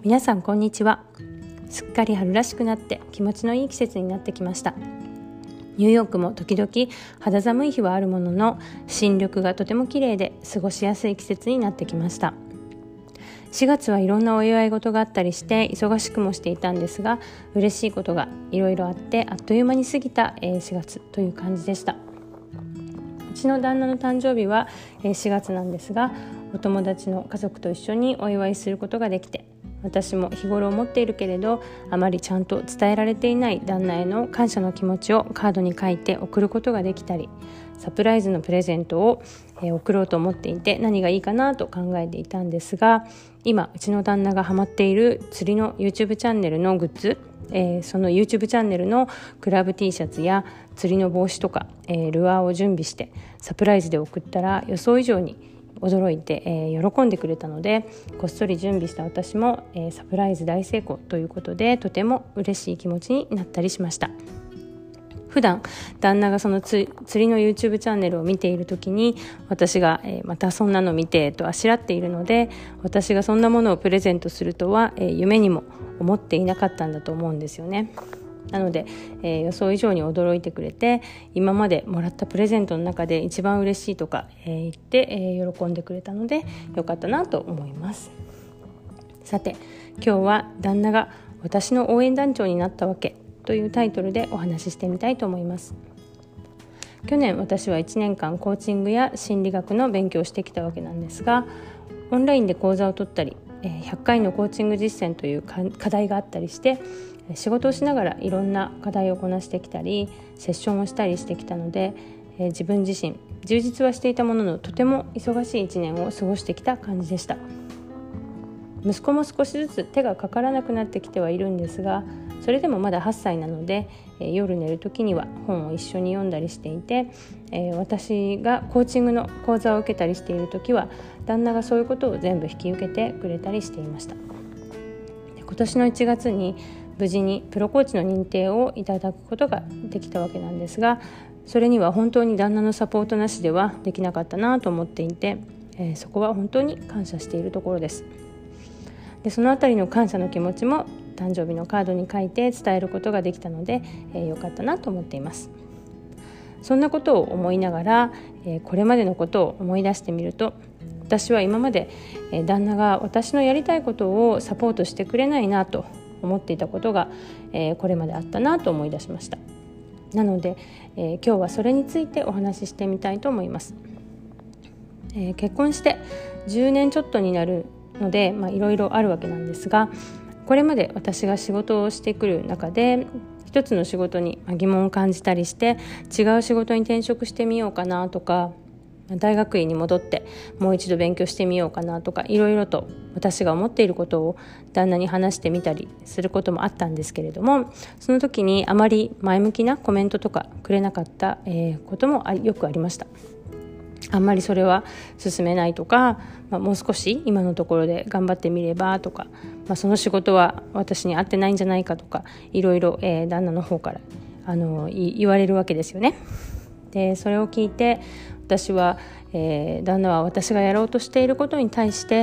皆さんこんにちは。すっかり春らしくなって気持ちのいい季節になってきました。ニューヨークも時々肌寒い日はあるものの、新緑がとても綺麗で過ごしやすい季節になってきました。4月はいろんなお祝い事があったりして忙しくもしていたんですが、嬉しいことがいろいろあってあっという間に過ぎた4月という感じでした。うちの旦那の誕生日は4月なんですが、お友達の家族と一緒にお祝いすることができて、私も日頃思っているけれどあまりちゃんと伝えられていない旦那への感謝の気持ちをカードに書いて送ることができたり、サプライズのプレゼントを送ろうと思っていて何がいいかなと考えていたんですが、今うちの旦那がハマっている釣りの YouTube チャンネルのグッズ、その YouTube チャンネルのクラブ T シャツや釣りの帽子とか、ルアーを準備してサプライズで送ったら予想以上に驚いて、喜んでくれたので、こっそり準備した私も、サプライズ大成功ということでとても嬉しい気持ちになったりしました。普段旦那がその釣りの YouTube チャンネルを見ている時に、私が、またそんなの見てとあしらっているので、私がそんなものをプレゼントするとは、夢にも思っていなかったんだと思うんですよね。なので、予想以上に驚いてくれて、今までもらったプレゼントの中で一番嬉しいとか、言って、喜んでくれたのでよかったなと思います。さて、今日は旦那が私の応援団長になったわけというタイトルでお話ししてみたいと思います。去年私は1年間コーチングや心理学の勉強をしてきたわけなんですが、オンラインで講座を取ったり、100回のコーチング実践という課題があったりして、仕事をしながらいろんな課題をこなしてきたりセッションをしたりしてきたので、自分自身充実はしていたものの、とても忙しい1年を過ごしてきた感じでした。息子も少しずつ手がかからなくなってきてはいるんですが、それでもまだ8歳なので、夜寝る時には本を一緒に読んだりしていて、私がコーチングの講座を受けたりしている時は旦那がそういうことを全部引き受けてくれたりしていました。今年の1月に無事にプロコーチの認定をいただくことができたわけなんですが、それには本当に旦那のサポートなしではできなかったなと思っていて、そこは本当に感謝しているところです。でそのあたりの感謝の気持ちも誕生日のカードに書いて伝えることができたので、よかったなと思っています。そんなことを思いながら、これまでのことを思い出してみると、私は今まで、旦那が私のやりたいことをサポートしてくれないなと思っていたことが、これまであったなと思い出しました。なので、今日はそれについてお話ししてみたいと思います。結婚して10年ちょっとになるので、いろいろあるわけなんですが、これまで私が仕事をしてくる中で一つの仕事に疑問を感じたりして、違う仕事に転職してみようかなとか、大学院に戻ってもう一度勉強してみようかなとか、いろいろと私が思っていることを旦那に話してみたりすることもあったんですけれども、その時にあまり前向きなコメントとかくれなかった、こともよくありました。あんまりそれは進めないとか、もう少し今のところで頑張ってみればとか、その仕事は私に合ってないんじゃないかとか、いろいろ、旦那の方から言われるわけですよね。でそれを聞いて私は、旦那は私がやろうとしていることに対して、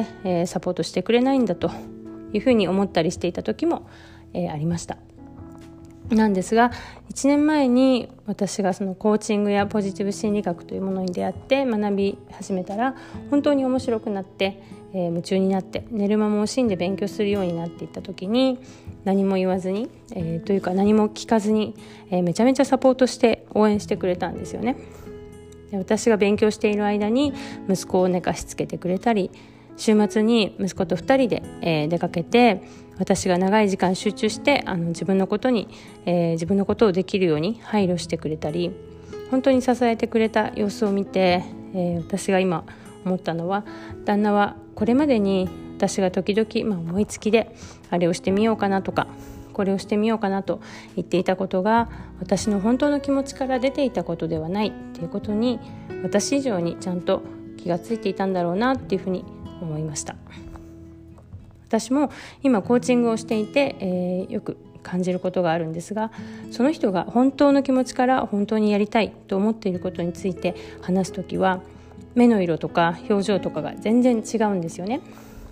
サポートしてくれないんだというふうに思ったりしていた時も、ありました。なんですが、1年前に私がそのコーチングやポジティブ心理学というものに出会って学び始めたら、本当に面白くなって、夢中になって寝る間も惜しんで勉強するようになっていった時に、何も言わずに、というか何も聞かずに、めちゃめちゃサポートして応援してくれたんですよね。で私が勉強している間に息子を寝かしつけてくれたり、週末に息子と2人で、出かけて、私が長い時間集中して自分のことをできるように配慮してくれたり、本当に支えてくれた様子を見て、私が今思ったのは、旦那はこれまでに私が時々、思いつきであれをしてみようかなとかこれをしてみようかなと言っていたことが、私の本当の気持ちから出ていたことではないっていうことに、私以上にちゃんと気がついていたんだろうなっていうふうに思いました。私も今コーチングをしていて、よく感じることがあるんですが、その人が本当の気持ちから本当にやりたいと思っていることについて話すときは、目の色とか表情とかが全然違うんですよね。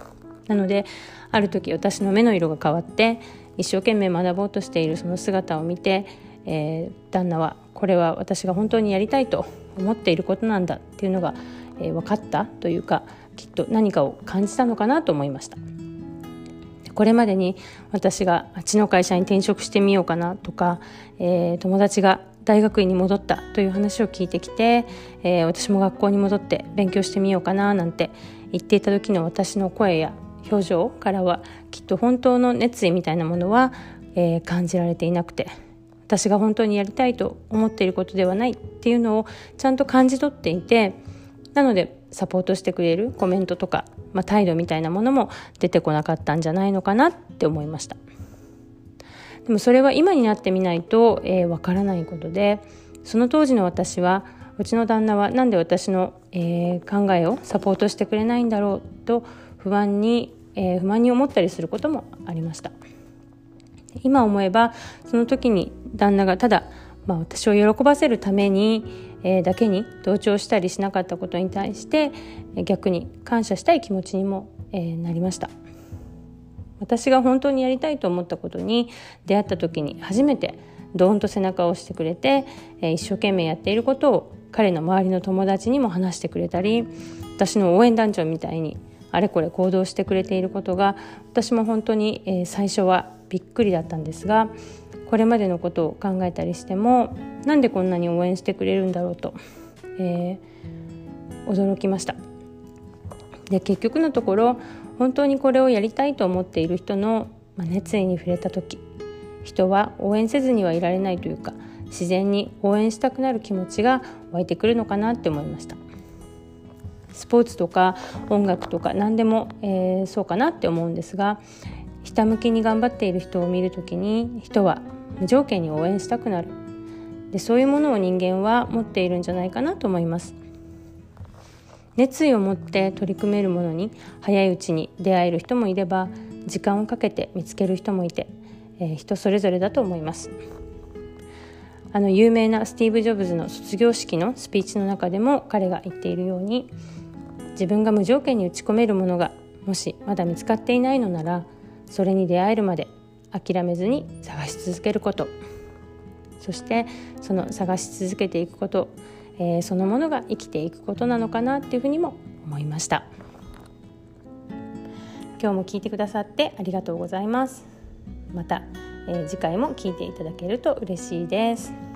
なのである時私の目の色が変わって一生懸命学ぼうとしているその姿を見て、旦那はこれは私が本当にやりたいと思っていることなんだっていうのが、分かったというか、きっと何かを感じたのかなと思いました。これまでに私があっちの会社に転職してみようかなとか、友達が大学院に戻ったという話を聞いてきて、私も学校に戻って勉強してみようかななんて言っていた時の私の声や表情からはきっと本当の熱意みたいなものは、感じられていなくて、私が本当にやりたいと思っていることではないっていうのをちゃんと感じ取っていて、なのでサポートしてくれるコメントとか、態度みたいなものも出てこなかったんじゃないのかなって思いました。でもそれは今になってみないとわからないことで、その当時の私は、うちの旦那はなんで私の、考えをサポートしてくれないんだろうと不満に思ったりすることもありました。今思えばその時に旦那がただ、私を喜ばせるために、だけに同調したりしなかったことに対して、逆に感謝したい気持ちにも、なりました。私が本当にやりたいと思ったことに出会った時に初めてドーンと背中を押してくれて、一生懸命やっていることを彼の周りの友達にも話してくれたり、私の応援団長みたいにあれこれ行動してくれていることが、私も本当に、最初はびっくりだったんですが、これまでのことを考えたりしても、なんでこんなに応援してくれるんだろうと、驚きました。で、結局のところ本当にこれをやりたいと思っている人の熱意に触れた時、人は応援せずにはいられないというか、自然に応援したくなる気持ちが湧いてくるのかなって思いました。スポーツとか音楽とか何でも、そうかなって思うんですが、ひたむきに頑張っている人を見るときに、人は無条件に応援したくなる。で、そういうものを人間は持っているんじゃないかなと思います。熱意を持って取り組めるものに早いうちに出会える人もいれば、時間をかけて見つける人もいて、人それぞれだと思います。有名なスティーブ・ジョブズの卒業式のスピーチの中でも彼が言っているように、自分が無条件に打ち込めるものがもしまだ見つかっていないのなら、それに出会えるまで諦めずに探し続けること、そしてその探し続けていくこと、そのものが生きていくことなのかなっていうふうにも思いました。今日も聞いてくださってありがとうございます。また、次回も聞いていただけると嬉しいです。